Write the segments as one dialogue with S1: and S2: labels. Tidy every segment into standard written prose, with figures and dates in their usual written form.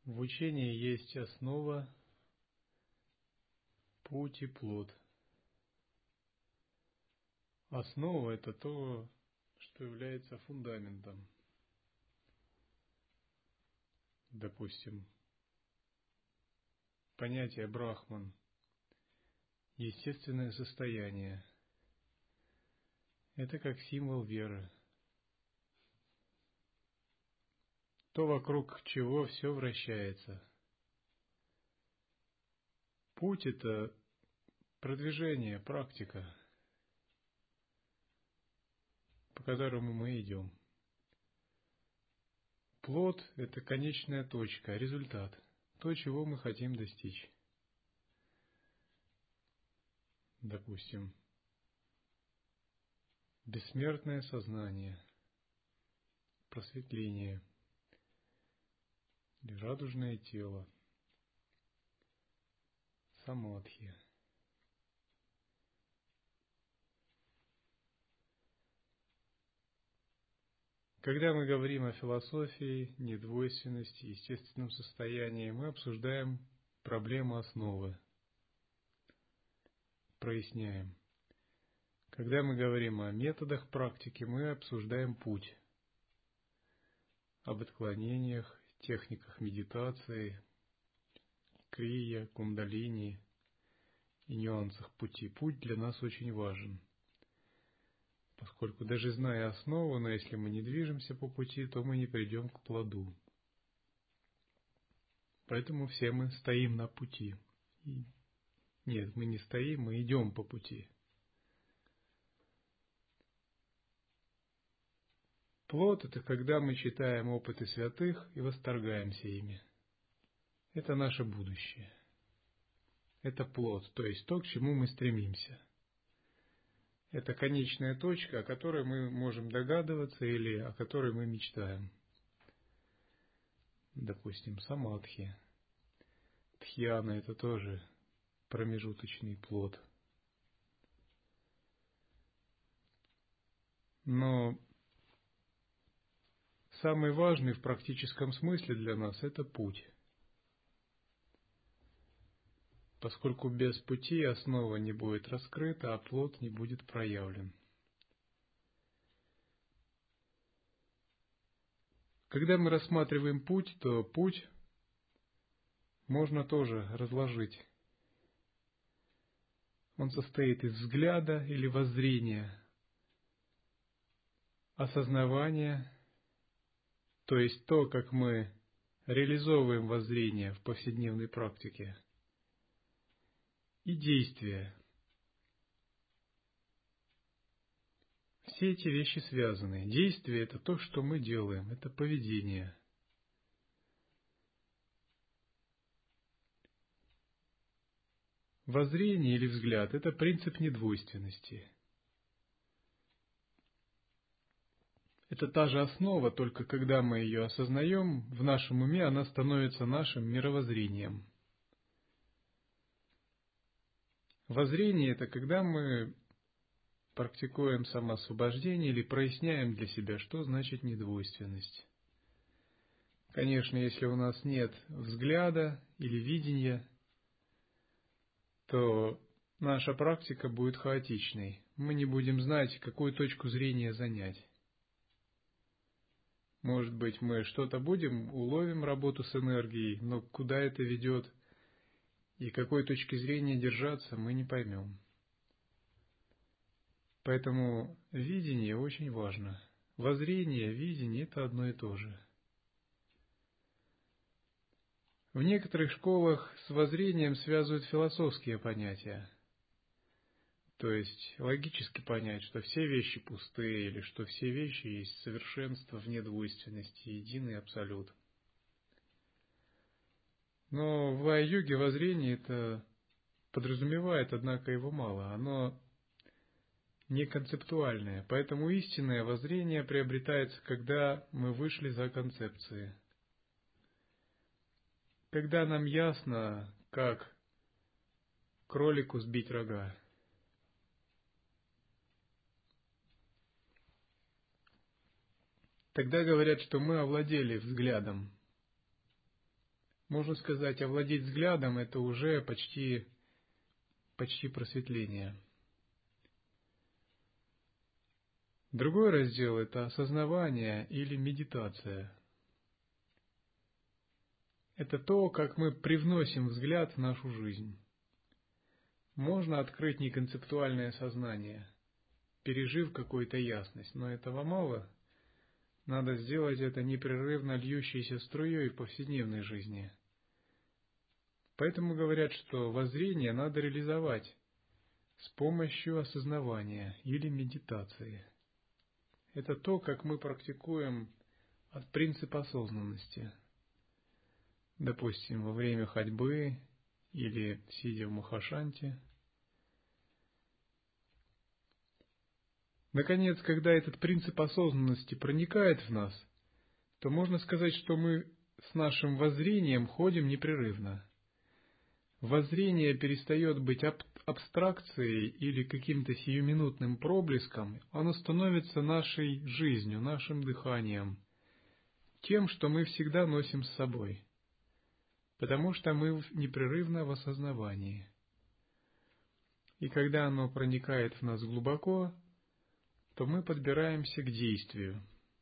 S1: В учении есть основа, путь и плод. Основа – это то, что является фундаментом. Допустим, понятие Брахман, естественное состояние. Это как символ веры. То, вокруг чего все вращается. Путь – это продвижение, практика, по которому мы идем. Плод – это конечная точка, результат, то, чего мы хотим достичь. Допустим, бессмертное сознание, просветление, или радужное тело, самадхи. Когда мы говорим о философии, недвойственности, естественном состоянии, мы обсуждаем проблему основы, проясняем. Когда мы говорим о методах практики, мы обсуждаем путь, об отклонениях, техниках медитации, крия, кундалини и нюансах пути. Путь для нас очень важен, поскольку даже зная основу, но если мы не движемся по пути, то мы не придем к плоду. Поэтому все мы стоим на пути. Нет, мы не стоим, мы идем по пути. Плод – это когда мы читаем опыты святых и восторгаемся ими. Это наше будущее. Это плод, то есть то, к чему мы стремимся. Это конечная точка, о которой мы можем догадываться или о которой мы мечтаем. Допустим, самадхи. Дхьяна – это тоже промежуточный плод. Но самый важный в практическом смысле для нас – это путь. Поскольку без пути основа не будет раскрыта, а плод не будет проявлен. Когда мы рассматриваем путь, то путь можно тоже разложить. Он состоит из взгляда или воззрения, осознавания, то есть то, как мы реализовываем воззрение в повседневной практике, и действия. Все эти вещи связаны. Действие – это то, что мы делаем, это поведение. Воззрение или взгляд – это принцип недвойственности. Это та же основа, только когда мы ее осознаем, в нашем уме она становится нашим мировоззрением. Воззрение – это когда мы практикуем самоосвобождение или проясняем для себя, что значит недвойственность. Конечно, если у нас нет взгляда или видения, то наша практика будет хаотичной. Мы не будем знать, какую точку зрения занять. Может быть, мы что-то уловим работу с энергией, но куда это ведет и какой точки зрения держаться, мы не поймем. Поэтому видение очень важно. Воззрение, видение – это одно и то же. В некоторых школах с воззрением связывают философские понятия. То есть логически понять, что все вещи пустые, или что все вещи есть совершенство вне двойственности, единый абсолют. Но в лая-йоге воззрение это подразумевает, однако его мало. Оно не концептуальное, поэтому истинное воззрение приобретается, когда мы вышли за концепции. Когда нам ясно, как кролику сбить рога. Тогда говорят, что мы овладели взглядом. Можно сказать, овладеть взглядом — это уже почти просветление. Другой раздел — это осознавание или медитация. Это то, как мы привносим взгляд в нашу жизнь. Можно открыть неконцептуальное сознание, пережив какую-то ясность, но этого мало. Надо сделать это непрерывно льющейся струей в повседневной жизни. Поэтому говорят, что воззрение надо реализовать с помощью осознавания или медитации. Это то, как мы практикуем принцип осознанности. Допустим, во время ходьбы или сидя в махашанте. Наконец, когда этот принцип осознанности проникает в нас, то можно сказать, что мы с нашим воззрением ходим непрерывно. Воззрение перестает быть абстракцией или каким-то сиюминутным проблеском, оно становится нашей жизнью, нашим дыханием, тем, что мы всегда носим с собой, потому что мы непрерывно в осознавании. И когда оно проникает в нас глубоко, то мы подбираемся к действию.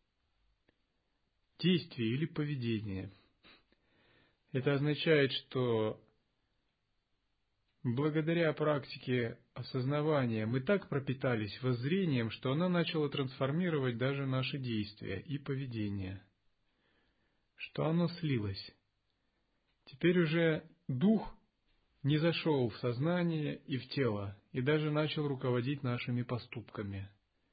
S1: Действие или поведение. Это означает, что благодаря практике осознавания мы так пропитались воззрением, что оно начало трансформировать даже наши действия и поведение, что оно слилось. Теперь уже дух не зашел в сознание и в тело, и даже начал руководить нашими поступками.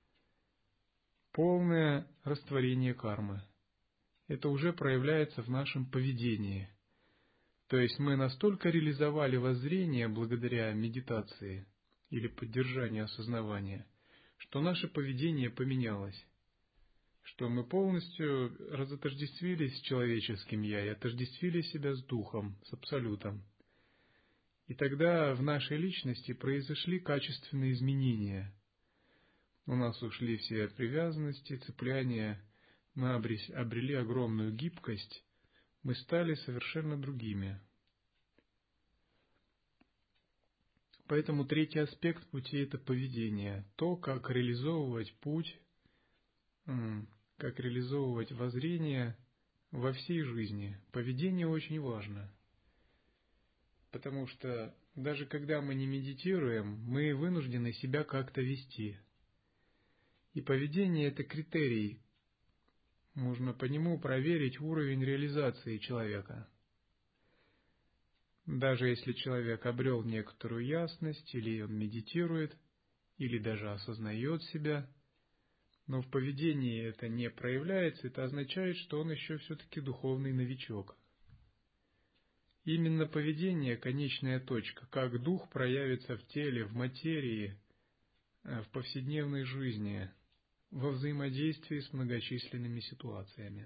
S1: Полное растворение кармы. Это уже проявляется в нашем поведении. То есть мы настолько реализовали воззрение благодаря медитации или поддержанию осознавания, что наше поведение поменялось, что мы полностью разотождествились с человеческим «я» и отождествили себя с Духом, с Абсолютом. И тогда в нашей личности произошли качественные изменения. У нас ушли все привязанности, цепляния, мы обрели огромную гибкость, мы стали совершенно другими. Поэтому третий аспект пути — это поведение, то, как реализовывать путь, как реализовывать воззрение во всей жизни. Поведение очень важно, потому что даже когда мы не медитируем, мы вынуждены себя как-то вести. И поведение — это критерий, можно по нему проверить уровень реализации человека. Даже если человек обрел некоторую ясность, или он медитирует, или даже осознает себя, но в поведении это не проявляется, это означает, что он еще все-таки духовный новичок. Именно поведение — конечная точка, как дух проявится в теле, в материи, в повседневной жизни, во взаимодействии с многочисленными ситуациями.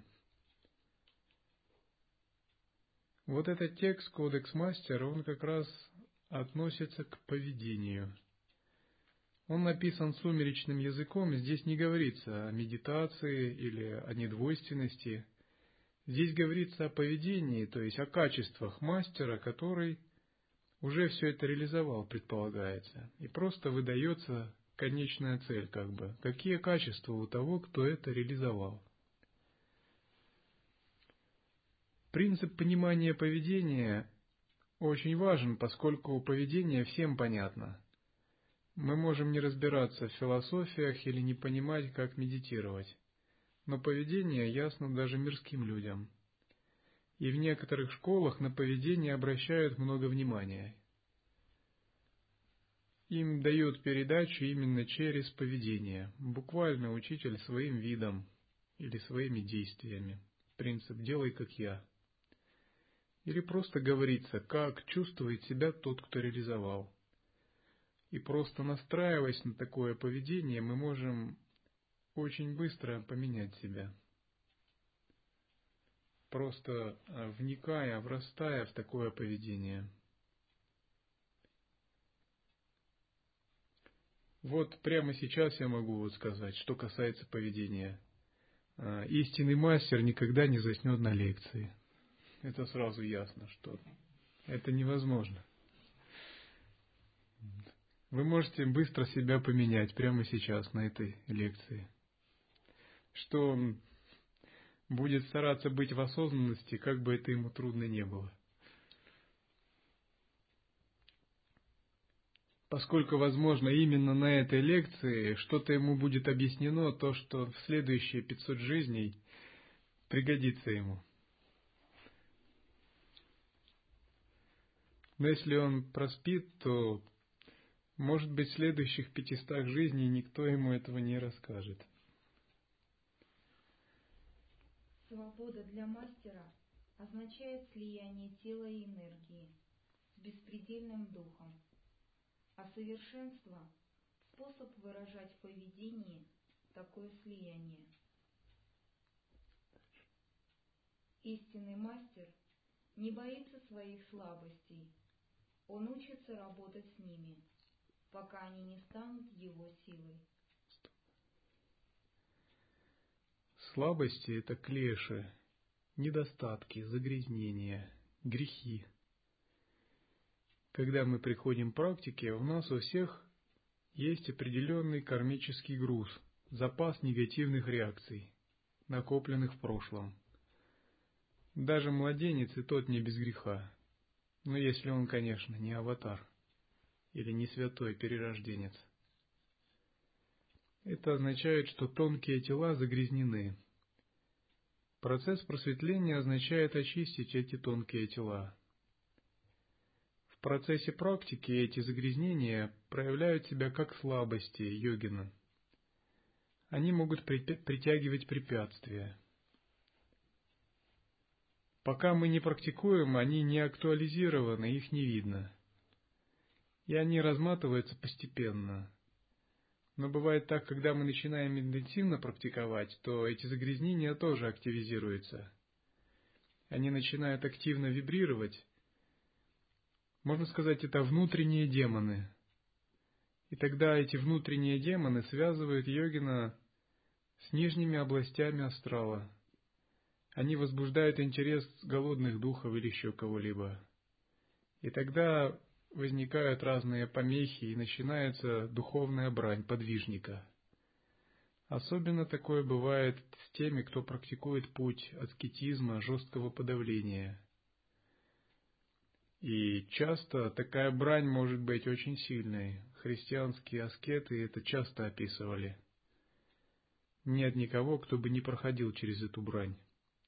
S1: Вот этот текст «Кодекс Мастера», он как раз относится к поведению. Он написан сумеречным языком, здесь не говорится о медитации или о недвойственности. Здесь говорится о поведении, то есть о качествах мастера, который уже все это реализовал, предполагается. И просто выдается конечная цель, какие качества у того, кто это реализовал. Принцип понимания поведения очень важен, поскольку поведение всем понятно. Мы можем не разбираться в философиях или не понимать, как медитировать, но поведение ясно даже мирским людям. И в некоторых школах на поведение обращают много внимания. Им дают передачу именно через поведение, буквально учитель своим видом или своими действиями. Принцип «делай как я». Или просто говорится, как чувствует себя тот, кто реализовал. И просто настраиваясь на такое поведение, мы можем очень быстро поменять себя. Просто вникая, врастая в такое поведение. Вот прямо сейчас я могу сказать, что касается поведения. Истинный мастер никогда не заснет на лекции. Это сразу ясно, что это невозможно. Вы можете быстро себя поменять прямо сейчас на этой лекции. Что он будет стараться быть в осознанности, как бы это ему трудно не было. Поскольку, возможно, именно на этой лекции что-то ему будет объяснено, то, что в следующие 500 жизней пригодится ему. Но если он проспит, то, может быть, в следующих 500 жизней никто ему этого не расскажет.
S2: Свобода для мастера означает слияние тела и энергии с беспредельным духом, а совершенство — способ выражать в поведении такое слияние. Истинный мастер не боится своих слабостей, он учится работать с ними, пока они не станут его силой.
S1: Слабости — это клеши, недостатки, загрязнения, грехи. Когда мы приходим к практике, у нас у всех есть определенный кармический груз, запас негативных реакций, накопленных в прошлом. Даже младенец и тот не без греха, но если он, конечно, не аватар или не святой перерожденец. Это означает, что тонкие тела загрязнены. Процесс просветления означает очистить эти тонкие тела. В процессе практики эти загрязнения проявляют себя как слабости йогина. Они могут притягивать препятствия. Пока мы не практикуем, они не актуализированы, их не видно. И они разматываются постепенно. Но бывает так, когда мы начинаем интенсивно практиковать, то эти загрязнения тоже активизируются. Они начинают активно вибрировать. Можно сказать, это внутренние демоны. И тогда эти внутренние демоны связывают йогина с нижними областями астрала. Они возбуждают интерес голодных духов или еще кого-либо. И тогда возникают разные помехи, и начинается духовная брань подвижника. Особенно такое бывает с теми, кто практикует путь аскетизма, жесткого подавления. И часто такая брань может быть очень сильной. Христианские аскеты это часто описывали. Нет никого, кто бы не проходил через эту брань.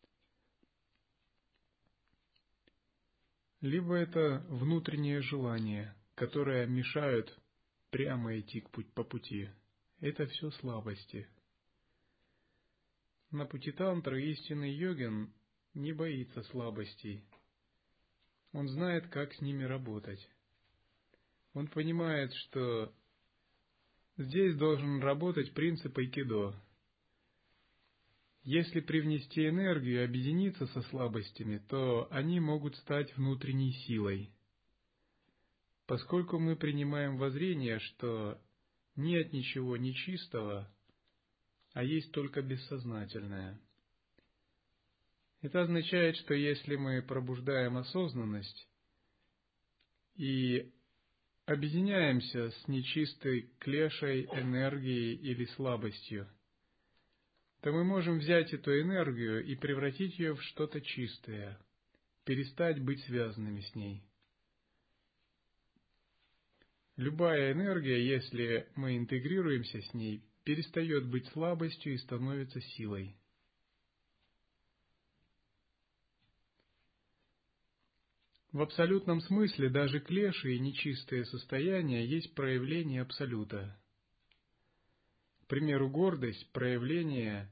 S1: Либо это внутренние желания, которые мешают прямо идти по пути. Это все слабости. На пути тантры истинный йогин не боится слабостей. Он знает, как с ними работать. Он понимает, что здесь должен работать принцип айкидо. Если привнести энергию и объединиться со слабостями, то они могут стать внутренней силой. Поскольку мы принимаем воззрение, что нет ничего нечистого, а есть только бессознательное. Это означает, что если мы пробуждаем осознанность и объединяемся с нечистой клешей, энергией или слабостью, то мы можем взять эту энергию и превратить ее в что-то чистое, перестать быть связанными с ней. Любая энергия, если мы интегрируемся с ней, перестает быть слабостью и становится силой. В абсолютном смысле даже клеши и нечистые состояния есть проявление абсолюта. К примеру, гордость – проявление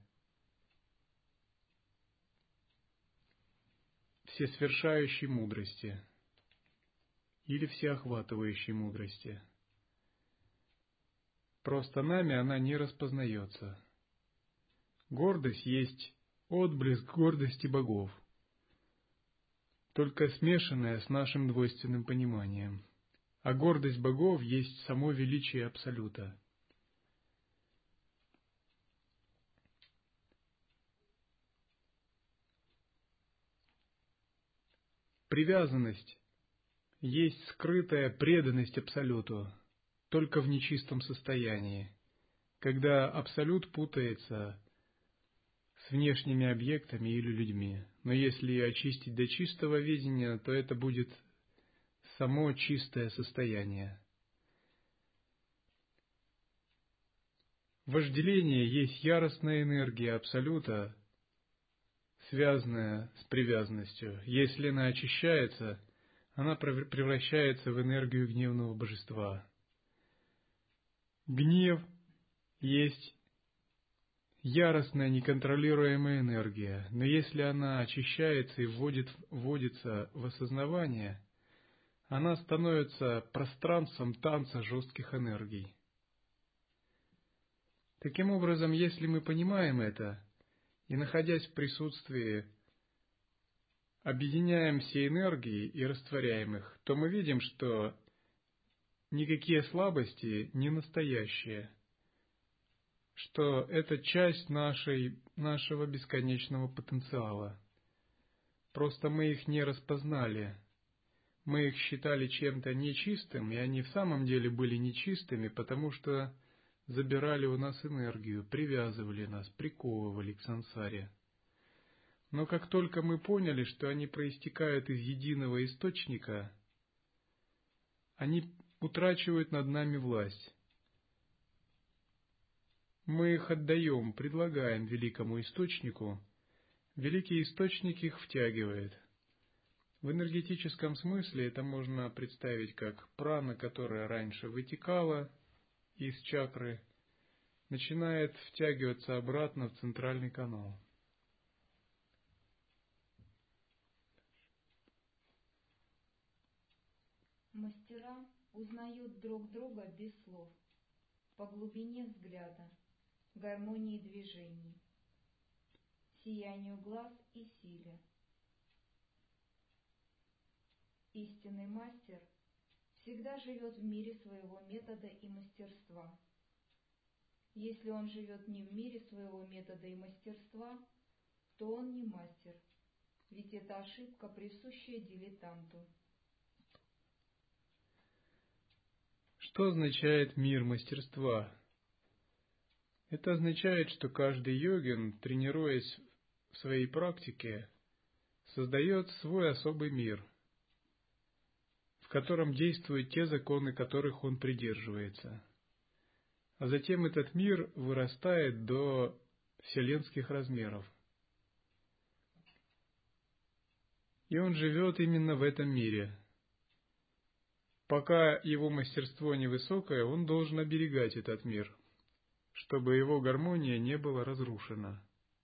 S1: всесвершающей мудрости или всеохватывающей мудрости. Просто нами она не распознается. Гордость есть отблеск гордости богов, только смешанная с нашим двойственным пониманием. А гордость богов есть само величие Абсолюта. привязанность есть скрытая преданность Абсолюту, только в нечистом состоянии, когда Абсолют путается с внешними объектами или людьми. Но если очистить до чистого видения, то это будет само чистое состояние. Вожделение есть яростная энергия Абсолюта, связанная с привязанностью. Если она очищается, она превращается в энергию гневного божества. Гнев есть яростная, неконтролируемая энергия, но если она очищается и вводится в осознавание, она становится пространством танца жестких энергий. Таким образом, если мы понимаем это, и, находясь в присутствии, объединяем все энергии и растворяем их, то мы видим, что никакие слабости не настоящие, что это часть нашего бесконечного потенциала. Просто мы их не распознали. Мы их считали чем-то нечистым, и они в самом деле были нечистыми, потому что забирали у нас энергию, привязывали нас, приковывали к сансаре. Но как только мы поняли, что они проистекают из единого источника, они утрачивают над нами власть. Мы их отдаем, предлагаем великому источнику, великий источник их втягивает. В энергетическом смысле это можно представить как прана, которая раньше вытекала из чакры, начинает втягиваться обратно в центральный канал.
S2: Мастера узнают друг друга без слов, по глубине взгляда, гармонии движений, сиянию глаз и силе. Истинный мастер всегда живет в мире своего метода и мастерства. Если он живет не в мире своего метода и мастерства, то он не мастер, ведь это ошибка, присущая дилетанту.
S1: Что означает мир мастерства? Это означает, что каждый йогин, тренируясь в своей практике, создает свой особый мир, в котором действуют те законы, которых он придерживается. А затем этот мир вырастает до вселенских размеров. И он живет именно в этом мире. Пока его мастерство невысокое, он должен оберегать этот мир, чтобы его гармония не была разрушена.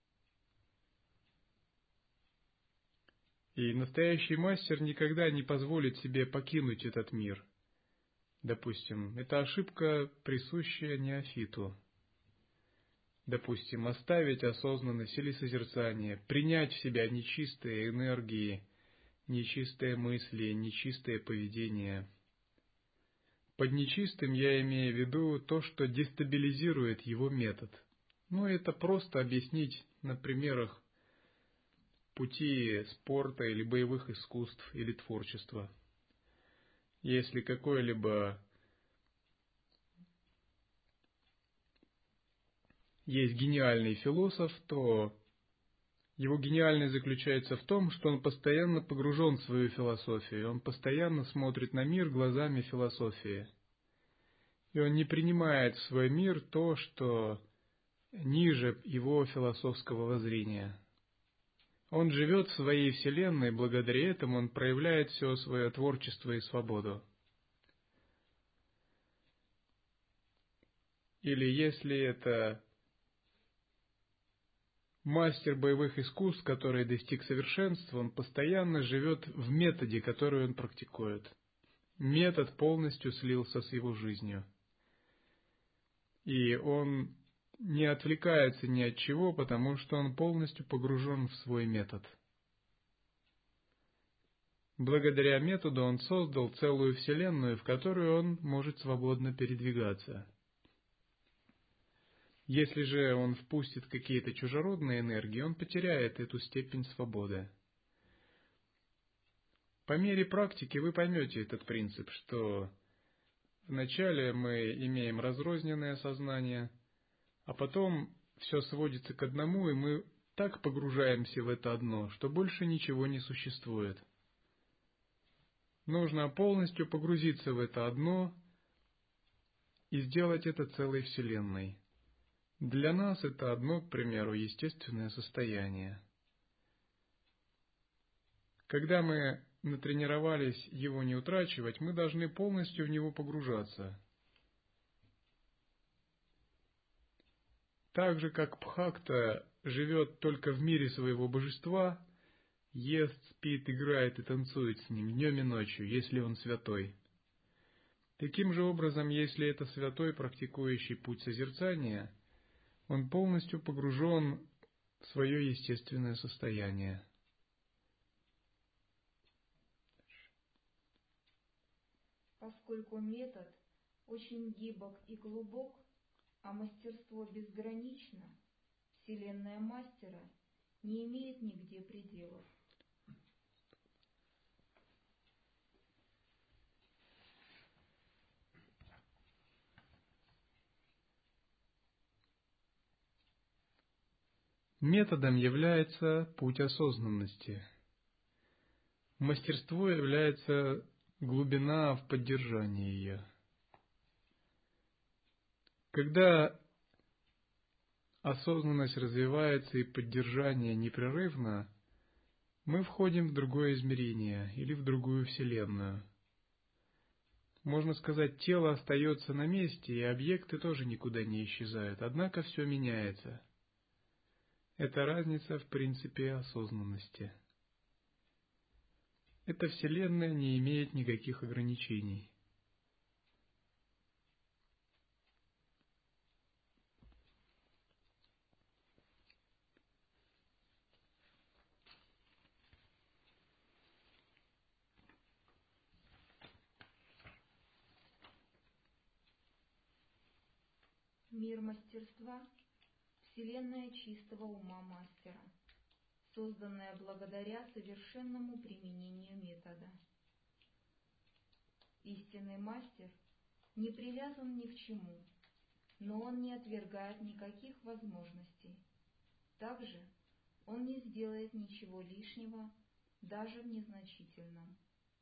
S1: И настоящий мастер никогда не позволит себе покинуть этот мир. Допустим, это ошибка, присущая неофиту. Допустим, оставить осознанность или созерцание, принять в себя нечистые энергии, нечистые мысли, нечистое поведение. Под нечистым я имею в виду то, что дестабилизирует его метод. Это просто объяснить на примерах пути спорта или боевых искусств или творчества. Если какой-либо есть гениальный философ, то его гениальность заключается в том, что он постоянно погружен в свою философию, он постоянно смотрит на мир глазами философии. И он не принимает в свой мир то, что ниже его философского воззрения. Он живет в своей вселенной, благодаря этому он проявляет все свое творчество и свободу. Или если это мастер боевых искусств, который достиг совершенства, он постоянно живет в методе, который он практикует. Метод полностью слился с его жизнью. И он не отвлекается ни от чего, потому что он полностью погружен в свой метод. Благодаря методу он создал целую вселенную, в которую он может свободно передвигаться. Если же он впустит какие-то чужеродные энергии, он потеряет эту степень свободы. По мере практики вы поймете этот принцип, что вначале мы имеем разрозненное сознание, а потом все сводится к одному, и мы так погружаемся в это одно, что больше ничего не существует. Нужно полностью погрузиться в это одно и сделать это целой Вселенной. Для нас это одно, к примеру, естественное состояние. Когда мы натренировались его не утрачивать, мы должны полностью в него погружаться. Так же, как Бхакта живет только в мире своего божества, ест, спит, играет и танцует с ним днем и ночью, если он святой. Таким же образом, если это святой, практикующий путь созерцания, он полностью погружен в свое естественное состояние.
S2: Поскольку метод очень гибок и глубок, а мастерство безгранично, Вселенная Мастера не имеет нигде пределов.
S1: Методом является путь осознанности. Мастерство является глубина в поддержании ее. Когда осознанность развивается и поддержание непрерывно, мы входим в другое измерение или в другую вселенную. Можно сказать, тело остается на месте, и объекты тоже никуда не исчезают, однако все меняется. Это разница в принципе осознанности. Эта вселенная не имеет никаких ограничений.
S2: Мир мастерства – вселенная чистого ума мастера, созданная благодаря совершенному применению метода. Истинный мастер не привязан ни к чему, но он не отвергает никаких возможностей. Также он не сделает ничего лишнего, даже в незначительном.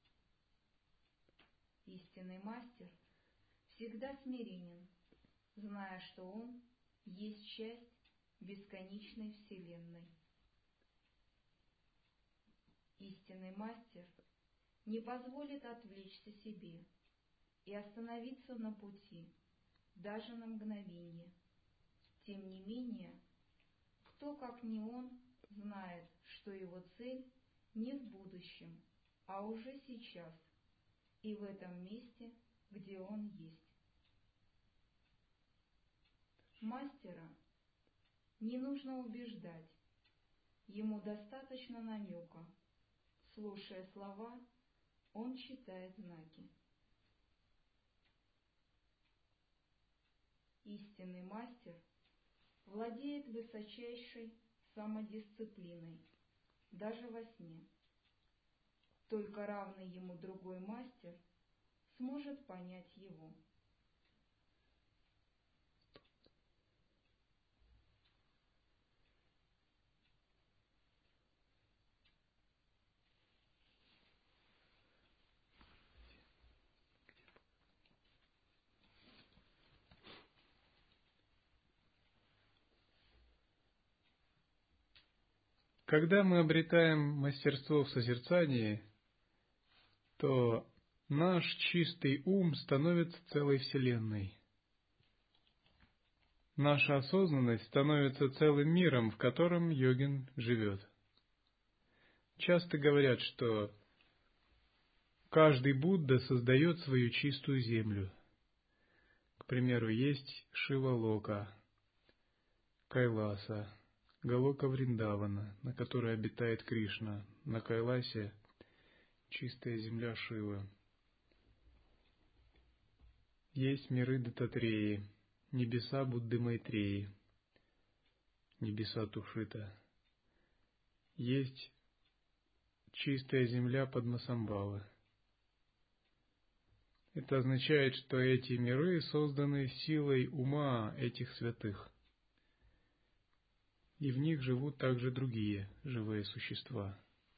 S2: Истинный мастер всегда смиренен, зная, что он есть часть бесконечной Вселенной. Истинный мастер не позволит отвлечься себе и остановиться на пути, даже на мгновение. Тем не менее, кто, как не он, знает, что его цель не в будущем, а уже сейчас и в этом месте, где он есть. Мастера не нужно убеждать, ему достаточно намека. Слушая слова, он читает знаки. Истинный мастер владеет высочайшей самодисциплиной, даже во сне. Только равный ему другой мастер сможет понять его.
S1: Когда мы обретаем мастерство в созерцании, то наш чистый ум становится целой Вселенной. Наша осознанность становится целым миром, в котором йогин живет. Часто говорят, что каждый Будда создает свою чистую землю. К примеру, есть Шива-лока, Кайласа, Галока Вриндавана, на которой обитает Кришна, на Кайласе чистая земля Шивы. Есть миры Дататреи, небеса Будды Майтреи, небеса Тушита. Есть чистая земля Падмасамбхавы. Это означает, что эти миры созданы силой ума этих святых. И в них живут также другие живые существа.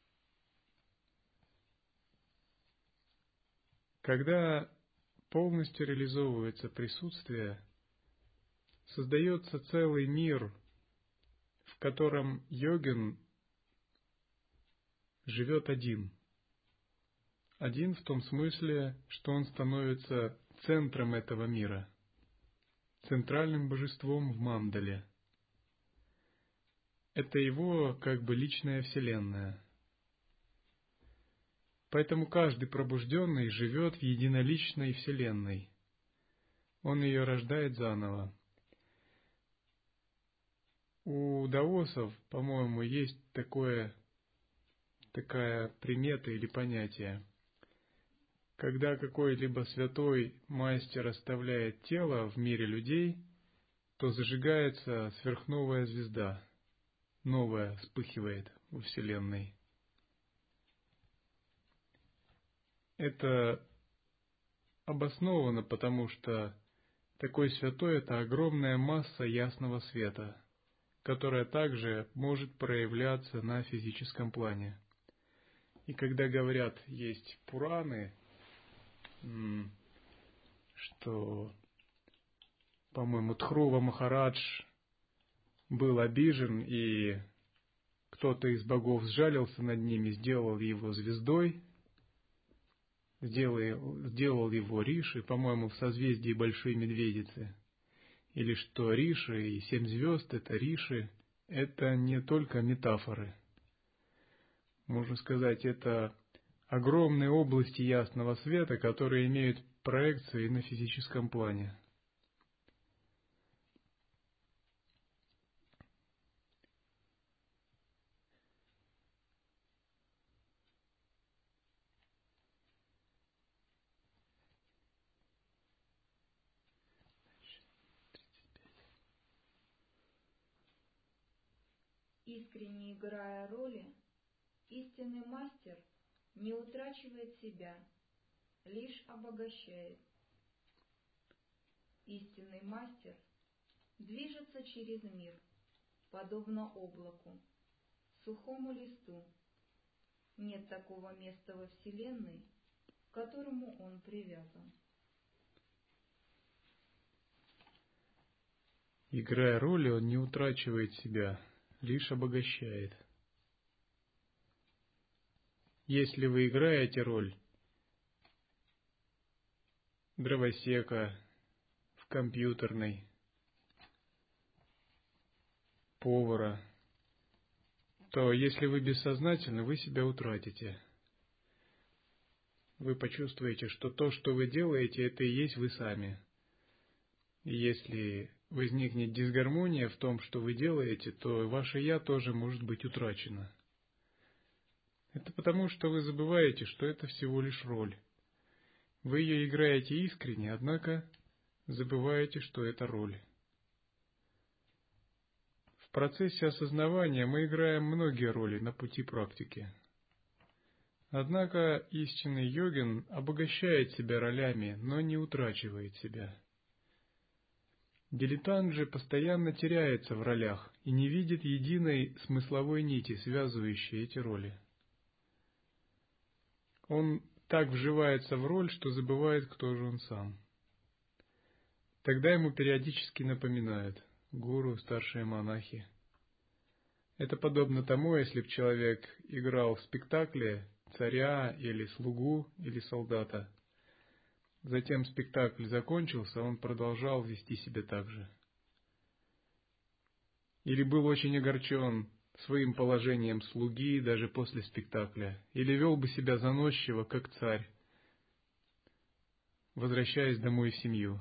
S1: Когда полностью реализовывается присутствие, создается целый мир, в котором йогин живет один. Один в том смысле, что он становится центром этого мира, центральным божеством в мандале. Это его как бы личная вселенная. Поэтому каждый пробужденный живет в единоличной вселенной. Он ее рождает заново. У даосов, по-моему, есть такая примета или понятие. Когда какой-либо святой мастер оставляет тело в мире людей, то зажигается сверхновая звезда, новая вспыхивает во Вселенной. Это обосновано, потому что такой святой — это огромная масса ясного света, которая также может проявляться на физическом плане. И когда говорят, есть Пураны, что, по-моему, Дхрува Махарадж был обижен, и кто-то из богов сжалился над ними, сделал его звездой, сделал его Риши, по-моему, в созвездии Большой Медведицы. Или что Риши и 7 звезд — это Риши, это не только метафоры. Можно сказать, это огромные области ясного света, которые имеют проекции на физическом плане.
S2: Искренне играя роли, истинный мастер не утрачивает себя, лишь обогащает. Истинный мастер движется через мир, подобно облаку, сухому листу. Нет такого места во Вселенной, к которому он привязан.
S1: Играя роли, он не утрачивает себя, лишь обогащает. Если вы играете роль дровосека в компьютерной, повара, то если вы бессознательны, вы себя утратите. Вы почувствуете, что то, что вы делаете, это и есть вы сами. И если возникнет дисгармония в том, что вы делаете, то ваше «я» тоже может быть утрачено. Это потому, что вы забываете, что это всего лишь роль. Вы ее играете искренне, однако забываете, что это роль. В процессе осознавания мы играем многие роли на пути практики. Однако истинный йогин обогащает себя ролями, но не утрачивает себя. Дилетант же постоянно теряется в ролях и не видит единой смысловой нити, связывающей эти роли. Он так вживается в роль, что забывает, кто же он сам. Тогда ему периодически напоминают гуру, старшие монахи. Это подобно тому, если бы человек играл в спектакле царя или слугу или солдата. Затем спектакль закончился, он продолжал вести себя так же. Или был очень огорчен своим положением слуги даже после спектакля, или вел бы себя заносчиво, как царь, возвращаясь домой в семью.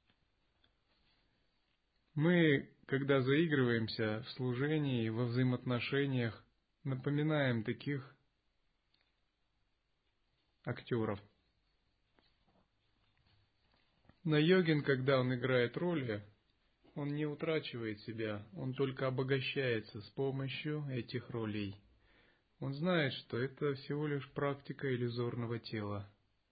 S1: Мы, когда заигрываемся в служении, во взаимоотношениях, напоминаем таких актеров. Но йогин, когда он играет роли, он не утрачивает себя, он только обогащается с помощью этих ролей. Он знает, что это всего лишь практика иллюзорного тела.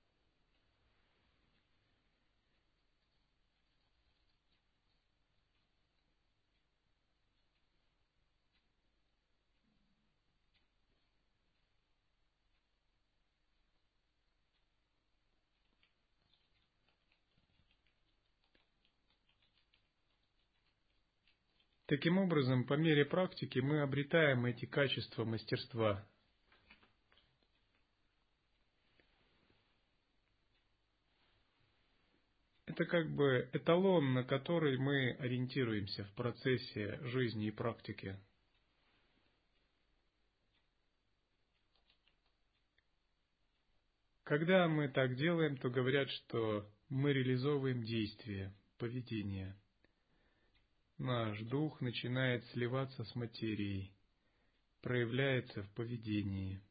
S1: Таким образом, по мере практики мы обретаем эти качества мастерства. Это как бы эталон, на который мы ориентируемся в процессе жизни и практики. Когда мы так делаем, то говорят, что мы реализовываем действие, поведение. Наш дух начинает сливаться с материей, проявляется в поведении.